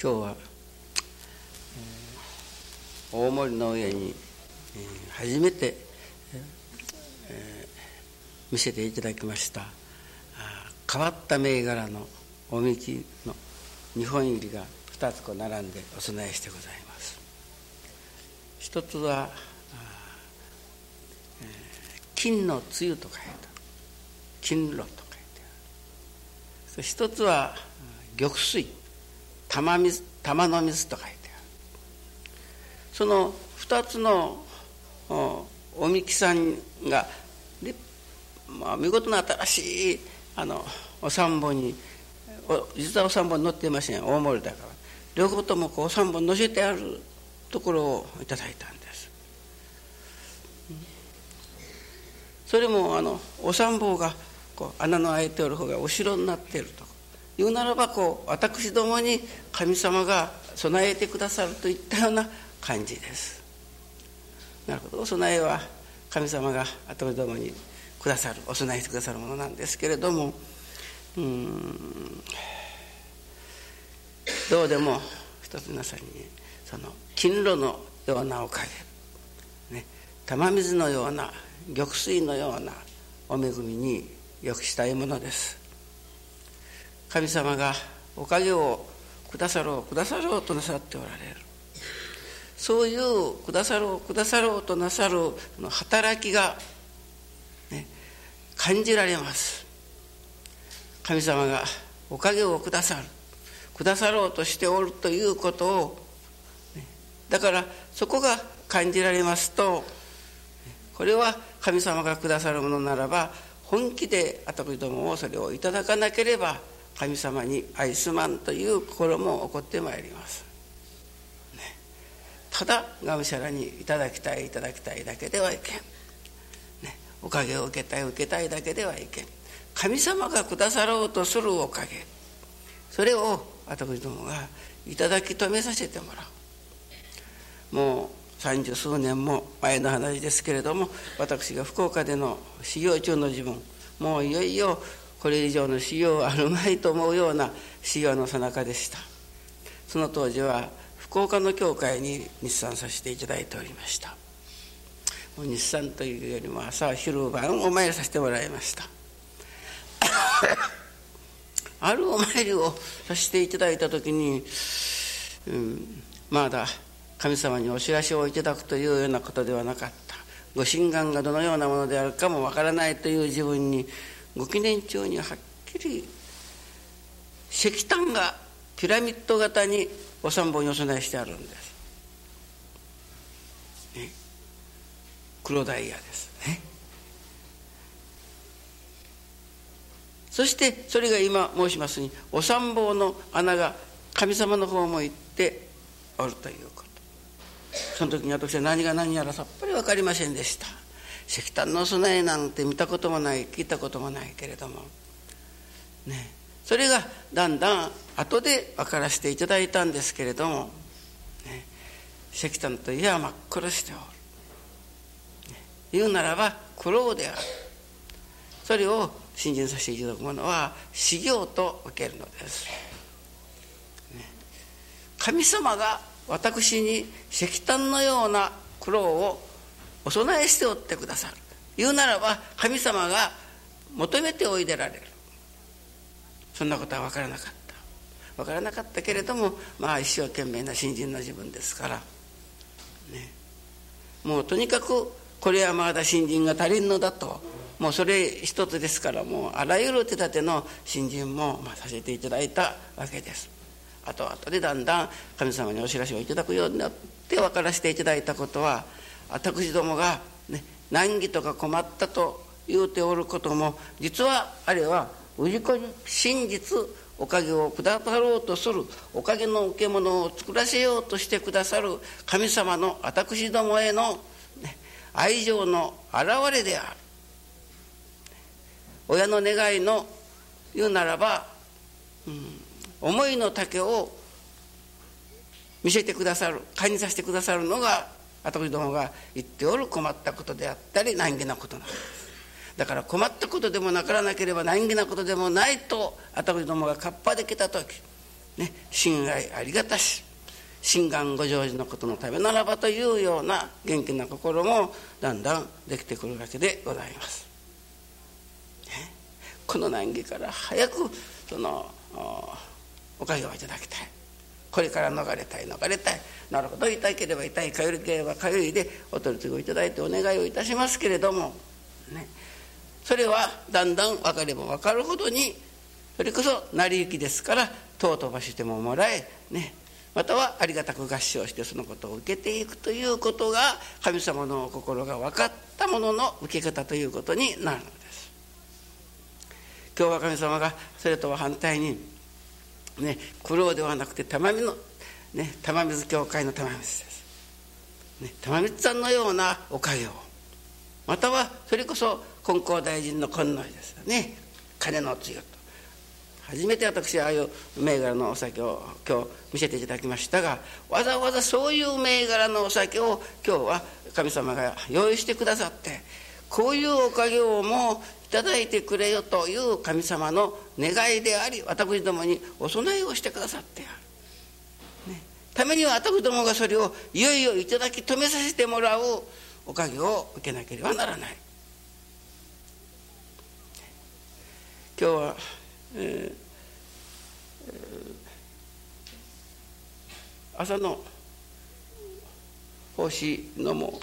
今日は、大森の上に、初めて、見せていただきました変わった銘柄のおみきの2本入りが2つこう並んでお供えしてございます。一つは金のつゆと書いてある、金炉と書いてある。一つは玉水、玉の水と書いてある。その2つのおみきさんが、見事な新しいお三本に、実はお三本載っていません。大盛りだから両方ともこうお三本載せてあるところをいただいたんです。それもお三本がこう穴の開いておる方がお城になっているというならば、こう私どもに神様が備えてくださるといったような感じです。なるほど。お供えは神様が私どもにくださる、お供えしてくださるものなんですけれども、どうでも一つ皆さんにその金炉のようなおかげ、ね、玉水のような、玉水のようなお恵みによくしたいものです。神様がおかげをくださろうとなさっておられる。そういうくださろうとなさる働きが、ね、感じられます。神様がおかげをくださろうとしておるということを、ね、だからそこが感じられますと、これは神様がくださるものならば、本気で私どもをそれをいただかなければ神様に愛すまんという心も起こってまいります。ただがむしゃらにいただきたいだけではいけん、ね、おかげを受けたいだけではいけん。神様がくださろうとするおかげ、それを私どもがいただき止めさせてもらう。もう30数年も前の話ですけれども、私が福岡での修行中の自分、もういよいよこれ以上の修行はあるまいと思うような修行の最中でした。その当時は福岡の教会に日参させていただいておりました。もう日参というよりも朝昼晩お参りさせてもらいましたあるお参りをさせていただいた時に、まだ神様にお知らせをいただくというようなことではなかった。ご神願がどのようなものであるかもわからないという自分に、ご記念帳にはっきり石炭がピラミッド型にお三本にお供えしてあるんです、ね、黒ダイヤですね。そしてそれが今申しますに、お三本の穴が神様の方も行っておるということ。その時に私は何が何やらさっぱり分かりませんでした。石炭のお供えなんて見たこともない聞いたこともないけれどもね、それがだんだん後で分からせていただいたんですけれども、ね、石炭といえば真っ黒しておる、ね、言うならば苦労である。それを信心させていただくものは修行と受けるのです、ね、神様が私に石炭のような苦労をお供えしておってくださる。言うならば神様が求めておいでられる。そんなことは分からなかったけれども、一生懸命な信心の自分ですから、ね、もうとにかくこれはまだ信心が足りんのだと、もうそれ一つですから、もうあらゆる手立ての信心もさせていただいたわけです。あとでだんだん神様にお知らせをいただくようになって分からせていただいたことは、私どもが、ね、難儀とか困ったと言うておることも、実はあれは氏子に真実おかげをくださろうとする、おかげの受け物を作らせようとしてくださる神様の私どもへの、ね、愛情の表れである。親の願いの言うならば、思いの丈を見せてくださる、感じさせてくださるのが私どもが言っておる困ったことであったり難儀なことなんです。だから困ったことでもなからなければ難儀なことでもないと私どもがカッパできた時、 親愛ありがたし、心願ご成就のことのためならばというような元気な心もだんだんできてくるわけでございます。この難儀から早くそのおかげをいただきたい、これから逃れたい、なるほど、痛ければ痛い、かゆければかゆいでお取り次ぎをいただいてお願いをいたしますけれども、それはだんだん分かれば分かるほどに、それこそ成り行きですから尊ばしてももらえ、またはありがたく合唱してそのことを受けていくということが、神様の心が分かったものの受け方ということになるのです。今日は神様がそれとは反対に苦労ではなくて玉水教会の玉水です。玉水さんのようなおかげを、またはそれこそ金光大臣の金の字ですね、金のつゆと。初めて私はああいう銘柄のお酒を今日見せていただきましたが、わざわざそういう銘柄のお酒を今日は神様が用意してくださって、こういうおかげをもういただいてくれよという神様の願いであり、私どもにお供えをしてくださってある、ためには私どもがそれをいよいよいただき止めさせてもらうおかげを受けなければならない。今日は朝の奉仕のも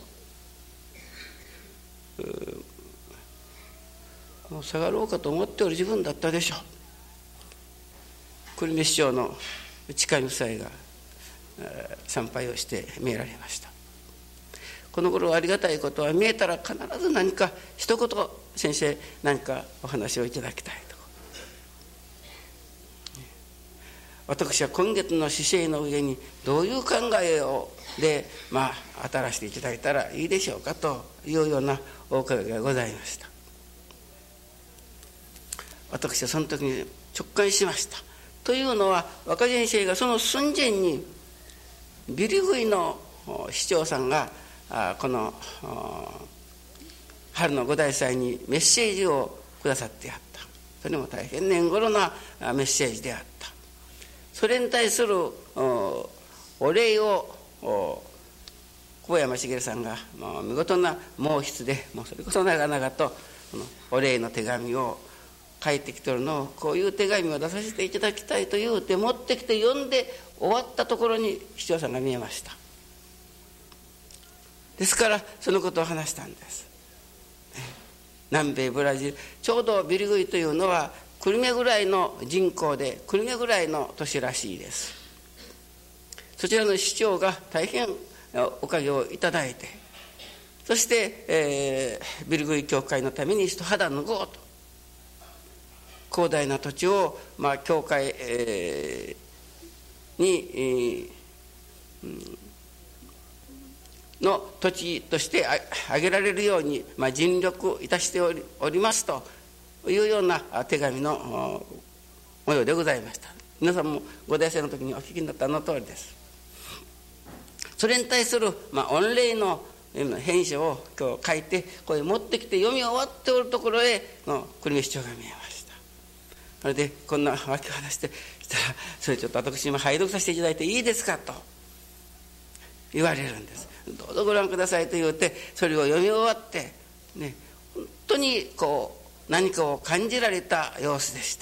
う下がろうかと思っておる自分だったでしょう。久留米市長の近い夫妻が参拝をして見えられました。この頃ありがたいことは、見えたら必ず何か一言、先生何かお話をいただきたいと。私は今月の姿勢の上にどういう考えをで当たらせていただいたらいいでしょうかというようなお伺いがございました。私はその時に直感しました。というのは、若先生がその寸前にビリグイの市長さんがこの春の五大祭にメッセージをくださってあった。それも大変年頃なメッセージであった。それに対するお礼を小山茂さんが見事な毛筆で、それこそ長々とお礼の手紙を書いてきてるのを、こういう手紙を出させていただきたいと言うて持ってきて読んで終わったところに市長さんが見えました。ですからそのことを話したんです。南米ブラジル、ちょうどビリグイというのは久留米ぐらいの人口で、久留米ぐらいの都市らしいです。そちらの市長が大変おかげをいただいて、そして、ビリグイ教会のために一肌脱ごうと、広大な土地を、教会、に、の土地として挙げられるように、尽力いたしておりますというような手紙の模様でございました。皆さんもご大生の時にお聞きになったあの通りです。それに対する、御礼の返書を今日書いて、これ持ってきて読み終わっておるところへ久留米市長が見えました。それでこんなわけを話してしたら、それちょっと私今拝読させていただいていいですかと言われるんです。どうぞご覧くださいと言うて、それを読み終わって本当に何かを感じられた様子でした。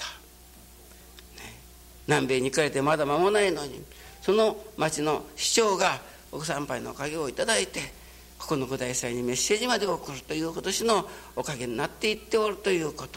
南米に行かれてまだ間もないのに、その町の市長がご参拝のおかげをいただいて、ここの五大祭にメッセージまで送るという今年のおかげになっていっておるということ、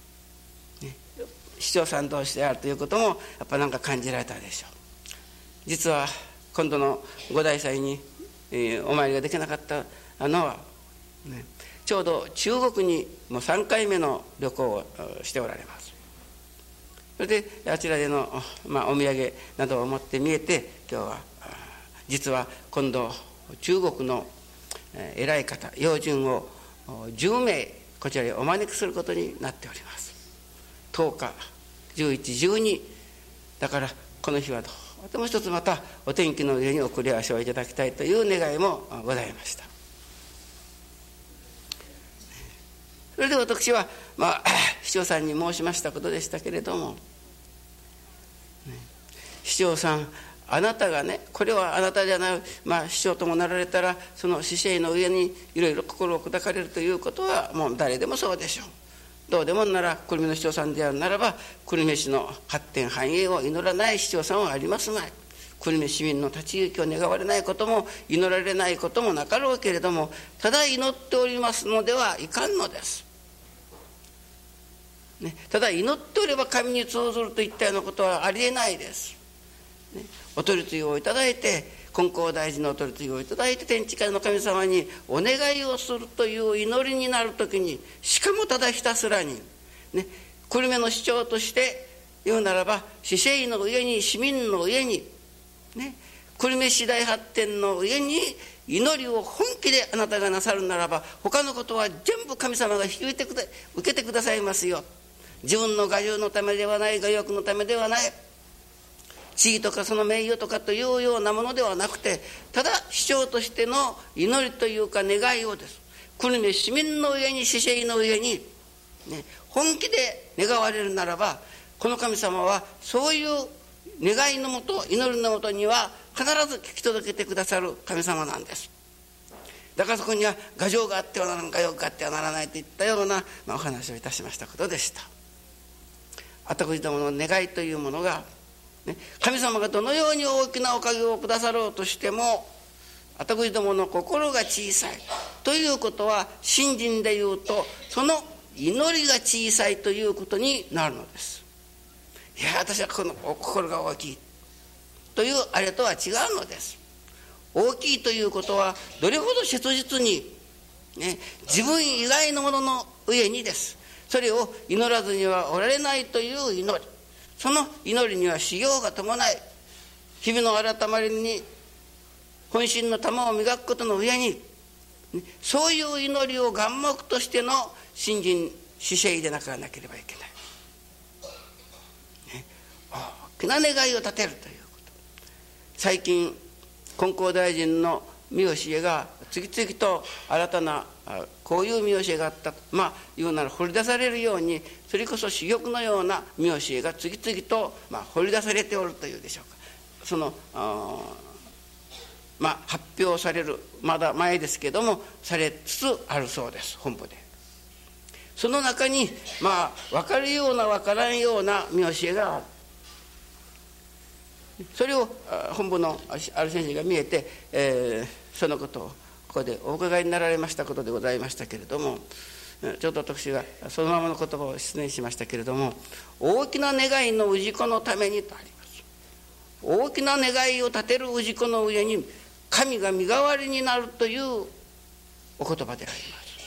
市長さん同士であるということもやっぱなんか感じられたでしょう。実は今度の五大祭に、お参りができなかったのは、ちょうど中国にもう3回目の旅行をしておられます。それであちらでの、お土産などを持って見えて、今日は実は今度中国の偉い方、要人を10名こちらへお招きすることになっております。10日、11、12だから、この日はもう一つまたお天気の上に送り合わせをいただきたいという願いもございました。それで私は、市長さんに申しましたことでしたけれども、 師匠さん、あなたがね、これはあなたじゃない、師匠ともなられたら、その師弟の上にいろいろ心を砕かれるということはもう誰でもそうでしょう。どうでもなら久留米の師匠さんであるならば、久留米市の発展繁栄を祈らない師匠さんはありますまい。久留米市民の立ち行きを願われないことも祈られないこともなかろうけれども、ただ祈っておりますのではいかんのです、ね、ただ祈っておれば神に通ずるといったようなことはありえないです、ね、お取り次ぎをいただいて、金光大臣のお取り次ぎをいただいて、天地界の神様にお願いをするという祈りになるときに、しかもただひたすらに、ね、久留米の市長として言うならば、市政の上に、市民の上に、ね、久留米市大発展の上に祈りを本気であなたがなさるならば、他のことは全部神様が引き受けてくださいますよ。自分の我重のためではない、我欲のためではない、地位とかその名誉とかというようなものではなくて、ただ市長としての祈りというか願いをです、久留米市民の上に、市政の上に、ね、本気で願われるならば、この神様はそういう願いのもと、祈りのもとには必ず聞き届けてくださる神様なんです。だからそこには我情があってはならない、我欲があってはならないといったような、お話をいたしましたことでした。私どもの願いというものが、神様がどのように大きなおかげをくださろうとしても、私どもの心が小さいということは、信心でいうとその祈りが小さいということになるのです。いや、私はこの心が大きいというあれとは違うのです。大きいということは、どれほど切実に、自分以外のものの上にです、それを祈らずにはおられないという祈り、その祈りには修行が伴い、日々の改まりに本心の玉を磨くことの上に、そういう祈りを眼目としての信心、至誠でなければいけない、大きな願いを立てるということ。最近金光大臣の見教えが次々と新たなこういう見教えがあった、言うなら掘り出されるように、それこそ珠玉のような見教えが次々と掘り出されておるというでしょうか。その発表されるまだ前ですけども、されつつあるそうです、本部で。その中に分かるような分からんような見教えがある。それを本部のある先生が見えて、そのことをここでお伺いになられましたことでございましたけれども、ちょっと私がそのままの言葉を失念しましたけれども、大きな願いの氏子のためにとあります。大きな願いを立てる氏子の上に神が身代わりになるというお言葉であります。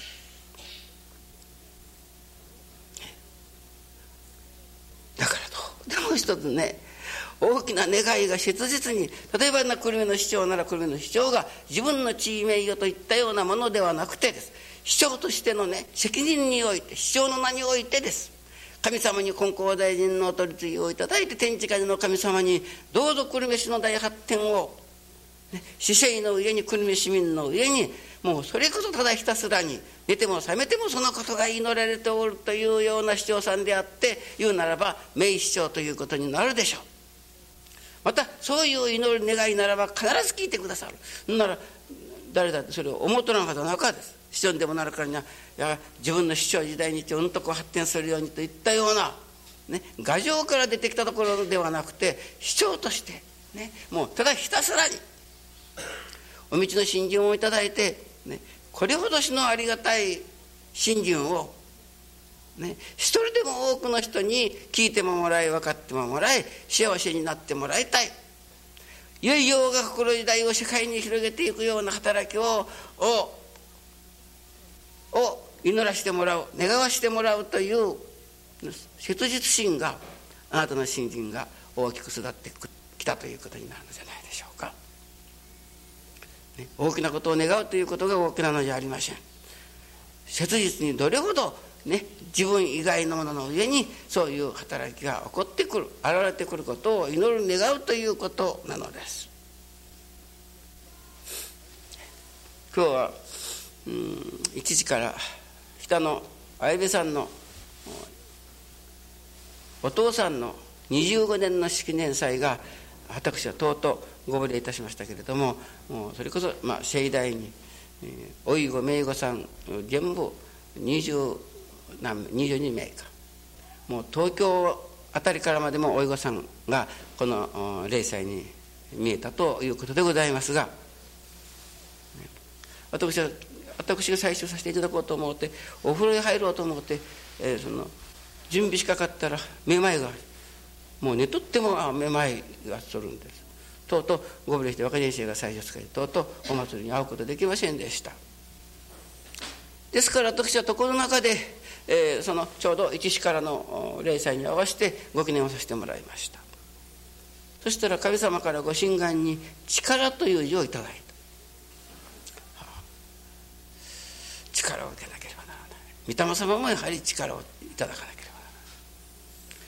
だからどうでも一つね、大きな願いが切実に、例えば久留米の市長なら久留米の市長が自分の地位名誉といったようなものではなくてです、市長としての責任において、市長の名においてです、神様に金光大臣のお取り次ぎをいただいて、天地界の神様にどうぞ久留米市の大発展を、市政の上に、久留米市民の上に、もうそれこそただひたすらに寝ても覚めてもそのことが祈られておるというような市長さんであって、言うならば名市長ということになるでしょう。またそういう祈り願いならば必ず聞いてくださる。なら誰だってそれを思うとらんはずなかです。市長にでもなるからには、自分の市長時代にうんとこう発展するようにといったような、牙城から出てきたところではなくて、市長として、もうただひたすらにお道の信心をいただいて、これほどしのありがたい信心を一人でも多くの人に聞いてもらい、分かってもらい、幸せになってもらいたい。いよいよ我が心時代を世界に広げていくような働きを祈らせてもらう、願わせてもらうという切実心が、あなたの信心が大きく育ってきたということになるのじゃないでしょうか。大きなことを願うということが大きなのじゃありません。切実にどれほど自分以外のものの上にそういう働きが起こってくる、現れてくることを祈る、願うということなのです。今日は1時から北の相部さんのお父さんの25年の式年祭が私はとうとうご無礼いたしましたけれども、もうそれこそ盛大に、おいごめいごさん全部22名か、もう東京あたりからまでもおいごさんがこの例祭に見えたということでございますが、私が最初させていただこうと思って、お風呂へ入ろうと思って、その準備しかかったらめまいがもう寝とってもめまいがするんです。とうとうご無礼して若先生が最初使い、とうとうお祭りに会うことできませんでした。ですから私は床の中で、そのちょうど一支からの例祭に合わせてご記念をさせてもらいました。そしたら神様からご神願に力という字をいただいた。力を受けなければならない。御霊様もやはり力をいただかなければならない。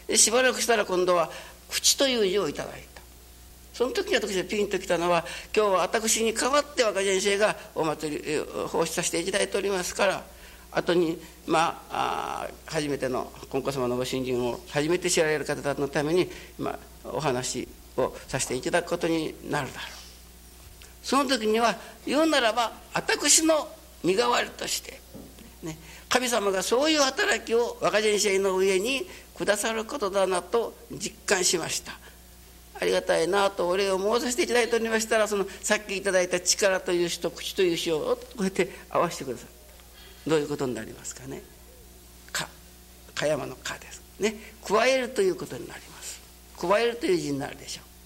でしばらくしたら今度は口という字をいただいた。その時に私がピンときたのは、今日は私に代わって若先生がお祭り奉仕させていただいておりますから、後に初めての金光様のご信心を初めて知られる方のためにお話をさせていただくことになるだろう。その時には言うならば、私の身代わりとして、ね、神様がそういう働きを若先生の上にくださることだなと実感しました。ありがたいなとお礼を申させていただいておりましたら、そのさっきいただいた力という詩と口という詩をこうやって合わせてくださった。どういうことになりますかね。か山のかですね。加えるということになります。加えるという字になるでしょう。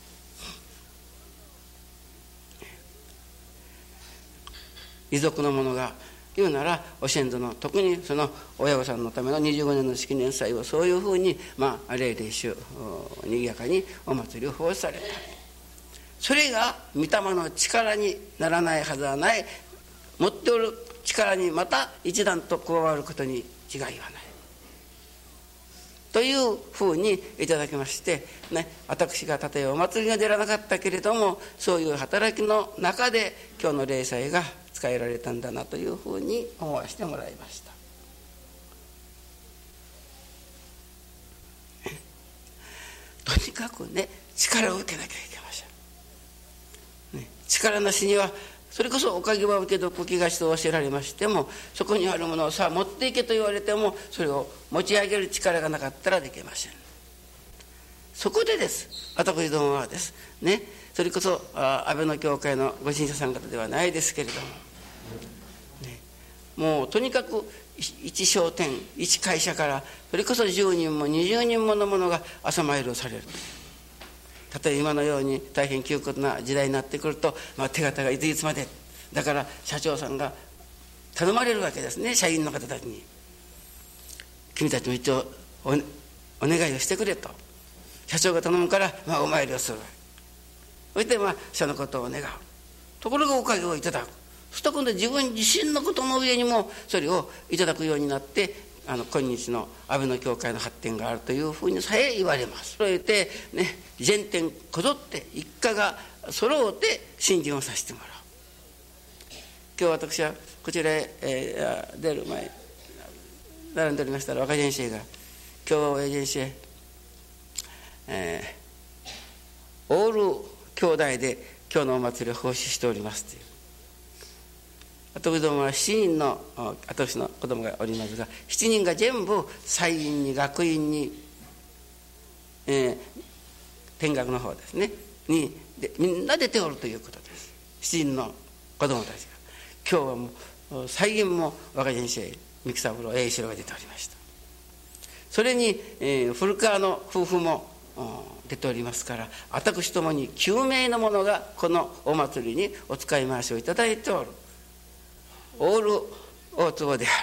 遺族の者が言うなら、お先祖の特にその親御さんのための25年の式年祭をそういうふうに例々種にぎやかにお祭りを奉仕された。それが御霊の力にならないはずはない。持っておる力にまた一段と加わることに違いはないというふうにいただきまして、ね、私がたとえお祭りが出らなかったけれども、そういう働きの中で今日の例祭が使えられたんだなというふうに思わせてもらいました。とにかくね、力を受けなきゃいけません、ね、力なしには、それこそおかげは受けどこきがしと教えられましても、そこにあるものをさあ持っていけと言われても、それを持ち上げる力がなかったらできません。そこでです、私どもはですね、それこそ安倍の教会のご信者さん方ではないですけれども、ね、もうとにかく一商店一会社からそれこそ10人も20人もの者が朝参りをされる。例えば今のように大変窮屈な時代になってくると、手形がいついつまでだから社長さんが頼まれるわけですね。社員の方たちに、君たちも一応 お願いをしてくれと社長が頼むから、お参りをする。そしてそのことを願う。ところがおかげをいただく。そうすると今度自分自身のことの上にもそれをいただくようになって、今日の安倍の教会の発展があるというふうにさえ言われます。それでね、全店こぞって一家が揃うて信心をさせてもらう。今日私はこちらへ、出る前並んでおりましたら、若先生が今日先生、オール兄弟で今日のお祭りを奉仕しておりますという。私どもは7人の私の子供がおりますが、7人が全部祭院に学院に、天学の方ですねにみんな出ておるということです。7人の子供たちが今日はもう祭院も若先生三木三郎栄一郎が出ておりました。それに、古川の夫婦も出ておりますから、私ともに9名の者がこのお祭りにお使い回しをいただいておる。オール大坪である。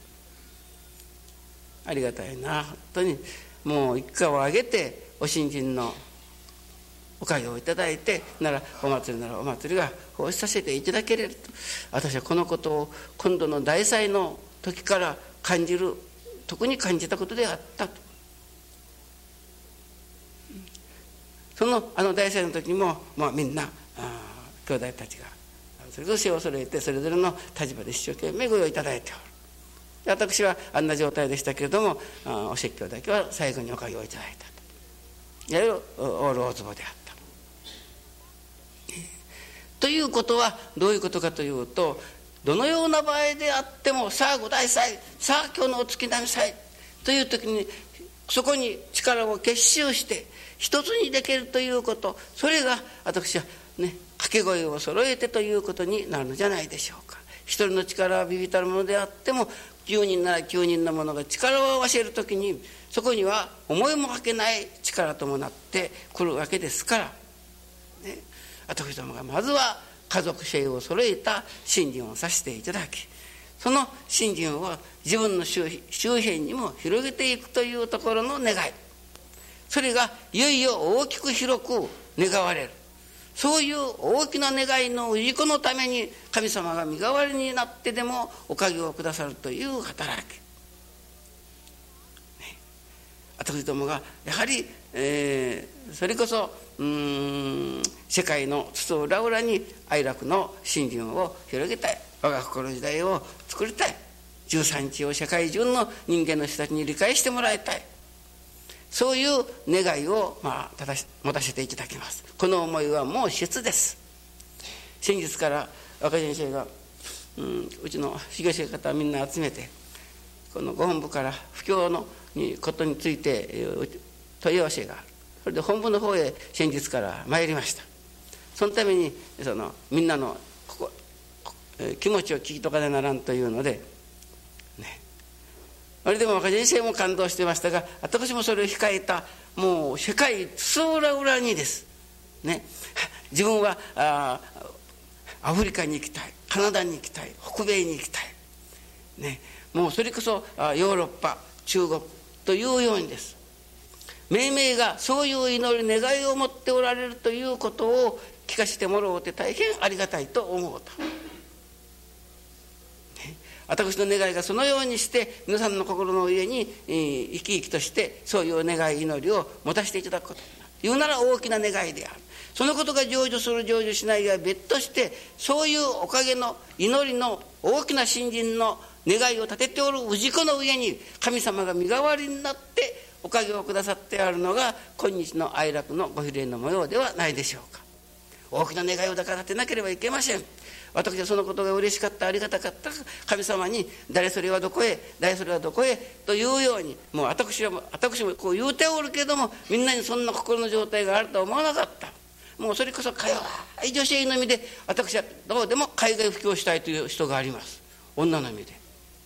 ありがたいな。本当にもう一家を挙げてお信心のおかげをいただいて、ならお祭りならお祭りが奉仕させていただけれると、私はこのことを今度の大祭の時から感じる、特に感じたことであったと。その大祭の時にも、みんな兄弟たちがそれこそ手を揃えてそれぞれの立場で一生懸命ご用意いただいておる。私はあんな状態でしたけれども、お説教だけは最後におかげをいただいたと。いわゆるオール大坪であった。 ということはどういうことかというと、どのような場合であっても、さあご大祭、さあ今日のお月並み祭という時に、そこに力を結集して一つにできるということ、それが私はね、掛け声を揃えてということになるのじゃないでしょうか。一人の力は微々たるものであっても、9人なら9人の者が力を合わせるときに、そこには思いもかけない力ともなってくるわけですから、ね、私どもがまずは家族性を揃えた信心をさせていただき、その信心を自分の周辺にも広げていくというところの願い、それがいよいよ大きく広く願われる。そういう大きな願いの氏子のために神様が身代わりになってでもおかげをくださるという働き、ね、私どもがやはり、それこそ世界の津々浦々に愛楽の信心を広げたい、我が心時代を作りたい、13日を世界中の人間の人たちに理解してもらいたい、そういう願いを持たせていただきます。この思いはもう質です。先日から若先生がうちの修行生方みんな集めて、このご本部から布教のことについて問い合わせがある。それで本部の方へ先日から参りました。そのためにみんなの気持ちを聞きとかねならんというのでね、あれでも若先生も感動してましたが、私もそれを控えた、もう世界津々浦々にですね、自分はアフリカに行きたい、カナダに行きたい、北米に行きたい、ね、もうそれこそヨーロッパ、中国というようにです、命名がそういう祈り願いを持っておられるということを聞かせてもらおうて大変ありがたいと思うと。私の願いがそのようにして皆さんの心の上に生き生きとしてそういう願い祈りを持たせていただくことになる。言うなら大きな願いである。そのことが成就する成就しないが別として、そういうおかげの祈りの大きな信心の願いを立てておる氏子の上に神様が身代わりになっておかげをくださってあるのが今日の愛楽のご比例の模様ではないでしょうか。大きな願いをだから立てなければいけません。私はそのことが嬉しかった、ありがたかった、神様に誰それはどこへ、誰それはどこへというように、もう私もこう言うておるけども、みんなにそんな心の状態があるとは思わなかった。もうそれこそか弱い女性の意味で、私はどうでも海外布教したいという人があります。女の意味で、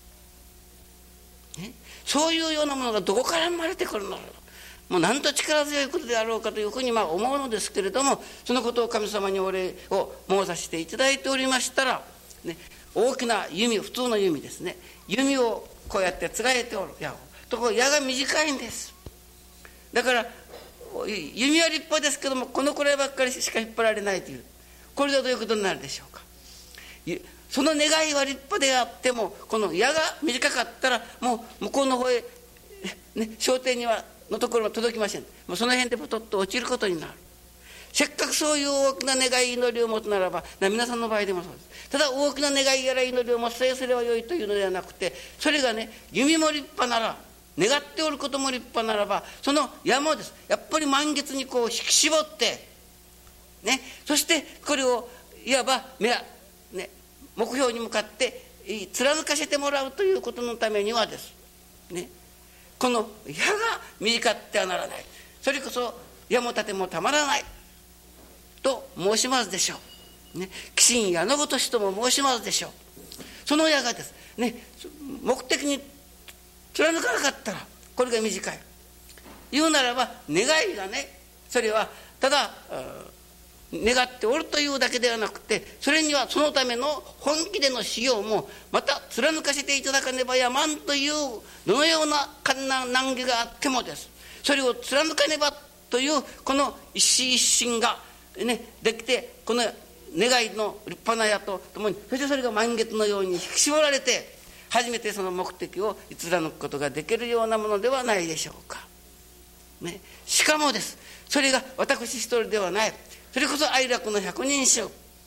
ね、そういうようなものがどこから生まれてくるのだろう。もうなんと力強いことであろうかというふうに思うのですけれども、そのことを神様にお礼を申させていただいておりましたら、ね、大きな弓、普通の弓ですね、弓をこうやってつがえておる矢を、ところ矢が短いんです。だから弓は立派ですけども、このくらいばっかりしか引っ張られないという、これではどういうことになるでしょうか。その願いは立派であっても、この矢が短かったらもう向こうの方へ、ね、商店にはのところは届きません。もうその辺でポトッと落ちることになる。せっかくそういう大きな願い祈りを持つならば、皆さんの場合でもそうです。ただ大きな願いやら祈りを持つさえすればよいというのではなくて、それがね、弓も立派なら、願っておることも立派ならば、その矢もです、やっぱり満月にこう引き絞ってね、そしてこれをいわば目標に向かって貫かせてもらうということのためにはですね、この矢が短ってはならない。それこそ矢も盾もたまらないと申しますでしょう、ね、寄進矢のごとしとも申しますでしょう。その矢がですね、目的に貫かなかったらこれが短い。言うならば願いがね、それはただ願っておるというだけではなくて、それにはそのための本気での修行もまた貫かせていただかねばやまんという、どのような困難難儀があってもです、それを貫かねばというこの一心一心がねできて、この願いの立派な矢とともに、そしてそれが満月のように引き絞られて、初めてその目的を貫くことができるようなものではないでしょうか、ね、しかもです、それが私一人ではない。それこそ愛楽の百人衆、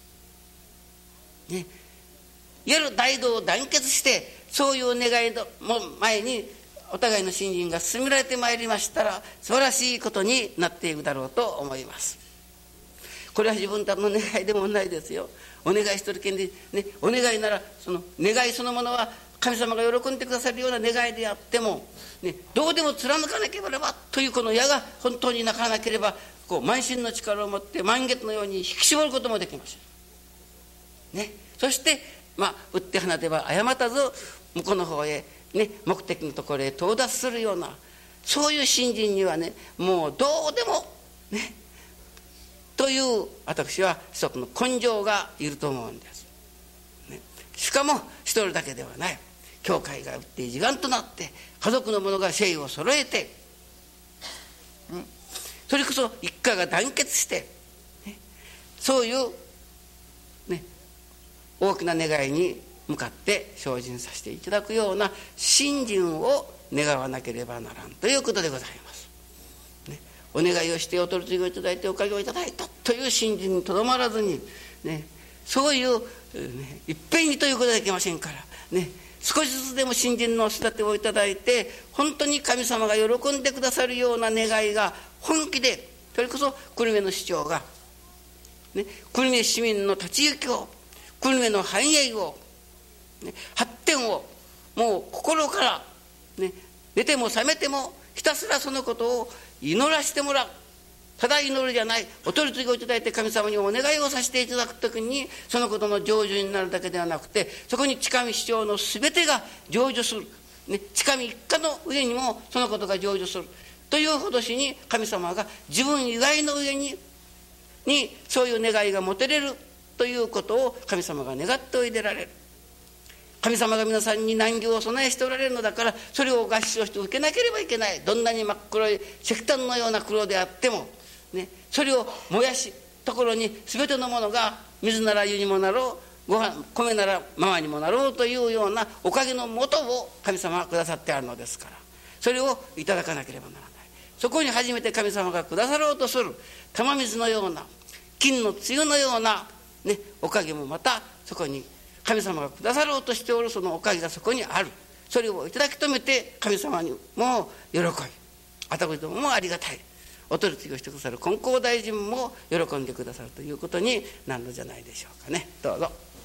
ね、いわゆる大道を団結してそういう願いの前にお互いの信心が進められてまいりましたら、素晴らしいことになっていくだろうと思います。 これは自分たちの願いでもないですよ。お願いしてる件で、ね、お願いならその願いそのものは神様が喜んでくださるような願いであっても、ね、どうでも貫かなければというこの矢が本当になかなければ、こう満身の力を持って満月のように引き絞ることもできません、ね、そして打って放てば誤たず向こうの方へ、ね、目的のところへ到達するような、そういう信心にはね、もうどうでもねという私は一つの根性がいると思うんです、ね、しかも一人だけではない。教会が打って一丸となって家族の者が誠意を揃えて、それこそ一家が団結して、ね、そういう、ね、大きな願いに向かって精進させていただくような信心を願わなければならんということでございます、ね、お願いをしてお取り次ぎをいただいておかげをいただいたという信心にとどまらずに、ね、そういう、ね、いっぺんにということはいけませんからね、少しずつでも信心のお育てをいただいて、本当に神様が喜んでくださるような願いが本気で、それこそ久留米の市長が、ね、久留米市民の立ち行きを、久留米の繁栄を、ね、発展をもう心から、ね、寝ても覚めてもひたすらそのことを祈らせてもらう。ただ祈るじゃない、お取り次ぎをいただいて神様にお願いをさせていただくときに、そのことの成就になるだけではなくて、そこに近見市長の全てが成就する、ね、近見一家の上にもそのことが成就するというほどしに、神様が自分以外の上にそういう願いが持てれるということを神様が願っておいでられる。神様が皆さんに難儀を備えしておられるのだから、それを合唱して受けなければいけない。どんなに真っ黒い石炭のような黒であっても、ね、それを燃やしところに全てのものが水なら湯にもなろう、米ならママにもなろうというようなおかげのもとを神様がくださってあるのですから、それをいただかなければならない。そこに初めて神様がくださろうとする玉水のような、金の露のような、ね、おかげもまたそこに神様がくださろうとしておるそのおかげがそこにある。それをいただき止めて神様にも喜び、私どももありがたい、お取り次ぎをしてくださる金光大臣も喜んでくださるということになるのじゃないでしょうかね。どうぞ。